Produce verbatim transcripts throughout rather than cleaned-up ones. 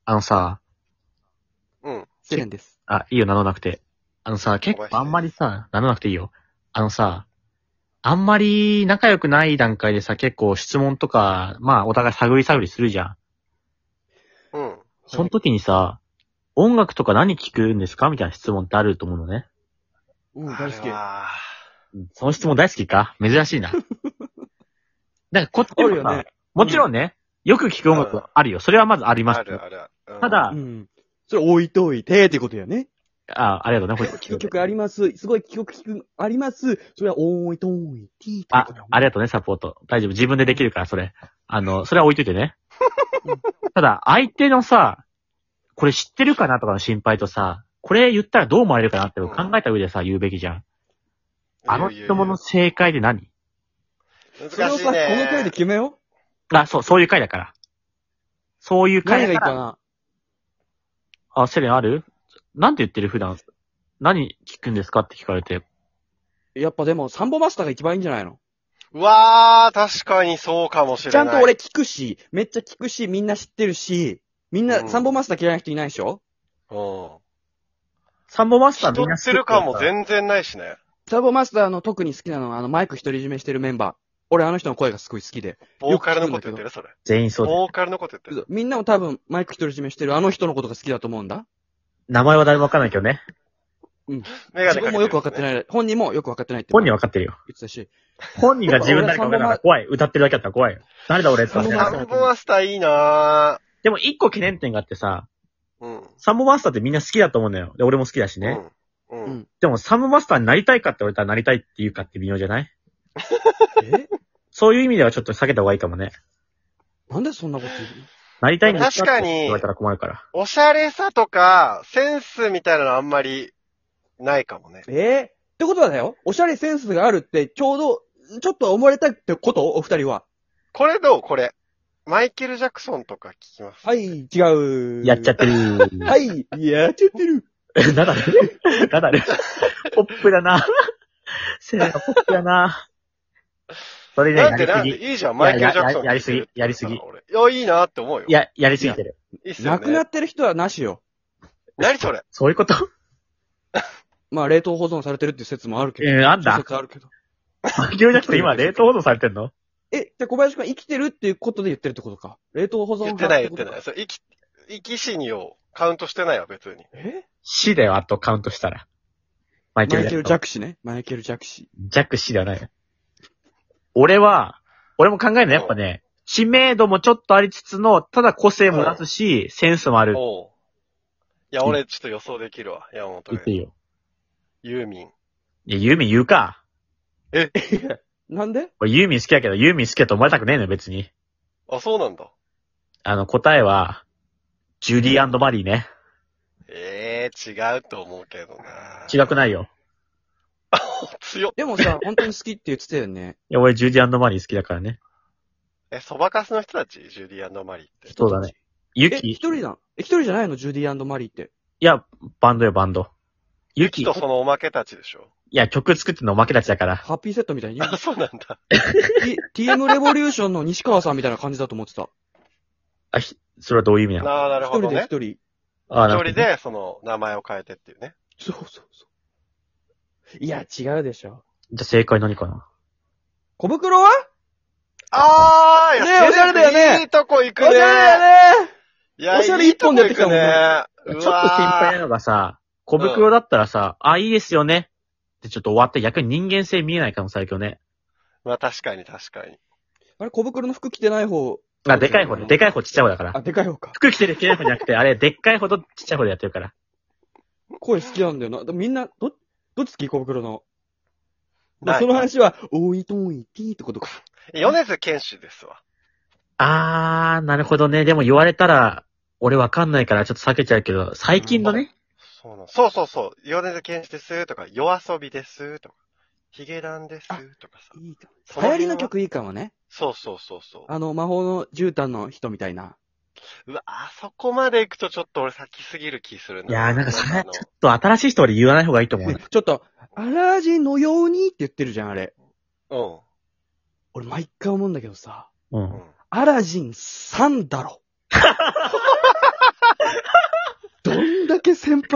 あのさ、 うん。 セレンです。 あ、いいよ、名乗らなくて。あのさ、結構あんまりさ、名乗らなくていいよ。あのさ、あんまり仲良くない段階でさ、結構質問とか、まあ、お互い探り探りするじゃん。 うん。 その時にさ、音楽とか何聞くんですかみたいな質問ってあると思うのね。 うん、 あれ大好き。 は、 その質問大好きか珍しいな。なんかこっちもさ、 あるよね。 もちろんね、よく聞く音楽はあるよ。それはまずありますよ。 あるある。うんただう、ん。それ置いといてってことやね。 あ、ありがとうね、これ聞く曲あります。すごい曲聞く、あります。それは置いといてってあことやね。、 ありがとうね、サポート。大丈夫。自分でできるから、それ。あの、それは置いといてね。ただ、相手のさ、これ知ってるかなとかの心配とさ、これ言ったらどう思われるかなって考えた上でさ、言うべきじゃん。あの質問の正解で何？ それをさ、 難しいね。 この回で決めよあ、そう、そういう回だから。そういうう。何回だから。 がいいかな。 あ、セレンある？なんて言ってる普段。何聞くんですかって聞かれて。 やっぱでも、サンボマスターが一番いいんじゃないの？ うわー、確かにそうかもしれない。 ちゃんと俺聞くし、めっちゃ聞くし、みんな知ってるし、みんな、 うんサンボマスター嫌いな人いないでしょ？ うん。 サンボマスターみんな人ってる感も全然ないしね。 サンボマスターの特に好きなのは、あの、マイク独り占めしてるメンバー。俺、あの人の声がすごい好きで。 ボーカルのこと言ってるそれ。 全員そうだよ。 ボーカルのこと言ってる。 みんなも多分、マイク独り占めしてるあの人のことが好きだと思うんだ。 名前は誰もわかんないけどね。 メガネかけてる、ね。 自分もよくわかってない。本人もよくわかってないって。 本人はわかってるよ。 言ってたし。 本人が自分誰かわかんないから怖い。歌ってるだけだったら怖いよ。誰だ俺ってサンボマスターサンボマスターいいなでも一個懸念点があってさ、 ー。うん。 サンボマスターってみんな好きだと思うんだよ。で、俺も好きだしね。 うん。う。 うんん。 でもサンボマスターになりたいかって言われたらなりたいって言うかって微妙じゃない？ えそういう意味ではちょっと避けた方がいいかもね。 なんでそんなこと言うの？ なりたいんですか確かにって言われたら困るから。 おしゃれさとか、センスみたいなのあんまりないかもね。 えー、ってことはだよ。おしゃれセンスがあるって、ちょうど、ちょっと思われたいってことお二人は。 これどうこれ。マイケル・ジャクソンとか聞きます。 はい、違う。 やっちゃってる。 はい、やっちゃってる。 ナダルナダルポップだな。セレナポップだな。それね、 なんでなんやりすぎ。 でいいじゃん、マイケル・ジャクソンやややりすぎやりすぎ俺。いや、いいなって思うよ。 いや、やりすぎてる。 いいっすよね。 亡くなってる人はなしよ。 何それそういうこと？ まあ、冷凍保存されてるっていう説もあるけど。 えー、あんだ。 説あるけど。 マイケルジャクソン今冷凍保存されてんの？ え、じゃあ小林くん生きてるっていうことで言ってるってことか。冷凍保存言ってない言ことかってない。それ、生き、生き死にをカウントしてないわ、別に。 え死だよ、あとカウントしたら。マイケマイケル・ルジャクソン。 ジャクシね。マイケル・ジャクシ。 ジャック死ではない。俺は、俺も考えるのやっぱね、知名度もちょっとありつつの、ただ個性も出すし、センスもある。 おう。いや、俺ちょっと予想できるわ、山本で。 言っていいよ。 ユーミン。 いや、ユーミン言うか。 なんで？ 俺ユーミン好きだけど、ユーミン好きだと思われたくねえのよ、別に。 あ、そうなんだ。 あの、答えは、ジュディマリーね。 ええー、違うと思うけどな。 違くないよ。 強っ。 でもさ、本当に好きって言ってたよね。 いや、俺ジュディマリー好きだからね。 え、そばかすの人たちジュディマリーって。 そうだね。ユえ、 キ。 一人だ。え、一人じゃないの？ジュディマリーって。 いや、バンドよ、バンド。ユキ。 ユキとそのおまけたちでしょ。 いや、曲作ってんのおまけたちだから。 ハッピーセットみたいに言うあ、そうなんだ。 T- ティーエム レボリューションの西川さんみたいな感じだと思ってた。 あ、ひそれはどういう意味なの？ ああ、なる一人ほどね。 で一人。 あなるほど一人で、その、名前を変えてっていうね。 そうそうそう。いや、違うでしょ。 じゃあ正解何かな？ 小袋は？ あー、いや、 ねえおしゃれだよねいいとこ行くね。 おしゃれだよね。 いや、 おしゃれ一本でやってきたもんねいいとこ行くね。 ちょっと心配なのがさ、小袋だったらさ、あ、いいですよね。ってちょっと終わって逆に人間性見えない可能性あるけどね。 まあ確かに確かに。 あれ、小袋の服着てない方。 あ、でかい方ね。でかい方ちっちゃい方だから。 あ、でかい方か。 服着てる着てない方じゃなくて、あれ、でっかい方とちっちゃい方でやってるから。 声好きなんだよな。でもみんな、ど、どっち好き小袋の。ではいその話は、おいといてーってことか。 米津玄師ですわ。 あー、なるほどね。でも言われたら、俺わかんないからちょっと避けちゃうけど、最近のね。 そうなの。そうそうそう。米津玄師ですとか、夜遊びですとか、ヒゲダンですとかさ。 いいかその辺はも。流行りの曲いいかもね。 そうそうそうそう。 あの、魔法の絨毯の人みたいな。 うわ、あそこまで行くとちょっと俺先すぎる気するな。 いやー、なんかそれ、 あのちょっと新しい人俺言わない方がいいと思うな。 ちょっと、アラジンのようにって言ってるじゃん、あれ。 うん。 俺毎回思うんだけどさ、 う。 うんん。 アラジンさんだろ。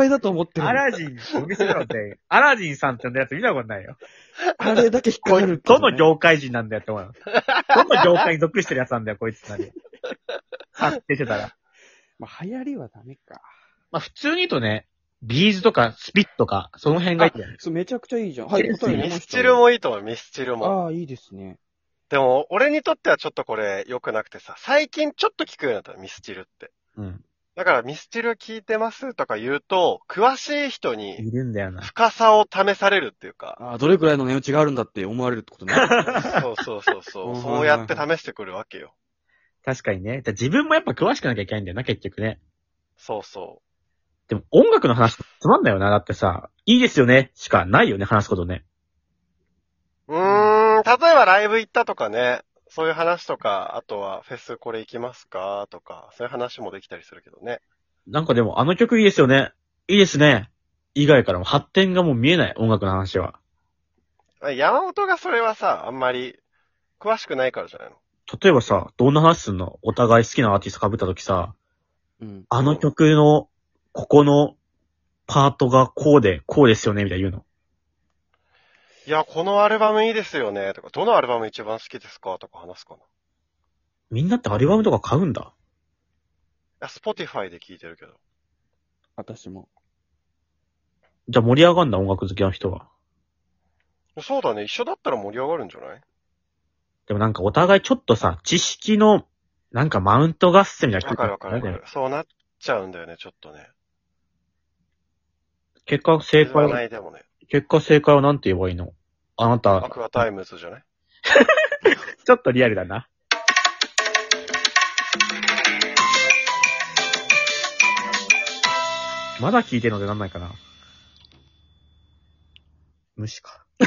輩だと思ってる。 アラジン、お店だろって、アラジンさんって呼んだやつ見たことないよ。 あれだけ引っかこいつ、 かるってことね。 どの業界人なんだよって思うよ。どの業界に属してるやつなんだよ、こいつなり。発展してたら。 まあ、流行りはダメか。 まあ普通に言うとね、ビーズとかスピッとか、その辺がいいんだよね。 そう、めちゃくちゃいいじゃん。はい、 ミ答えミスチルもいいと思う、ミスチルも。 ああ、いいですね。 でも、俺にとってはちょっとこれ良くなくてさ、最近ちょっと聞くようになったの、ミスチルって。 うん。 だからミスチル聞いてますとか言うと、詳しい人いにるんだよな。 深さを試されるっていうか。 ああ、どれくらいの値打ちがあるんだって思われるってことね。 そうそうそうそうう。 んそうやって試してくるわけよ。 確かにね。だから自分もやっぱ詳しくなきゃいけないんだよな、結局ね。 そうそでも音楽の話つまんないよな。だってさ、いいですよね、しかないよね、話すことね。 う。うーん、例えばライブ行ったとかね、そういう話とか、あとはフェスこれ行きますかとか、そういう話もできたりするけどね。 なんかでもあの曲いいですよね。いいですね。以外からも発展がもう見えない、音楽の話は。 山本がそれはさ、あんまり詳しくないからじゃないの？ 例えばさ、どんな話すんの？お互い好きなアーティスト被った時さ、 うん。 あの曲の、ここのパートがこうで、こうですよね、みたいな言うの。 いや、このアルバムいいですよね、とか、どのアルバム一番好きですかとか話すかな。いみんなってアルバムとか買うんだ。 や、Spotify で聞いてるけど。 私も。 じゃあ盛り上がんだ、音楽好きな人は。 そうだね、一緒だったら盛り上がるんじゃない？ でもなんかお互いちょっとさ、知識の、なんかマウント合戦みたいなわかるわかるわかる。そうなっちゃうんだよね、ちょっとね。 結果正言わな解、 いでもね。 結果正解はなんて言えばいいの？あなアた、 クアタイムズじゃない？ ちょっとリアルだな。まだ聞いてるのでなんないかな。無視か。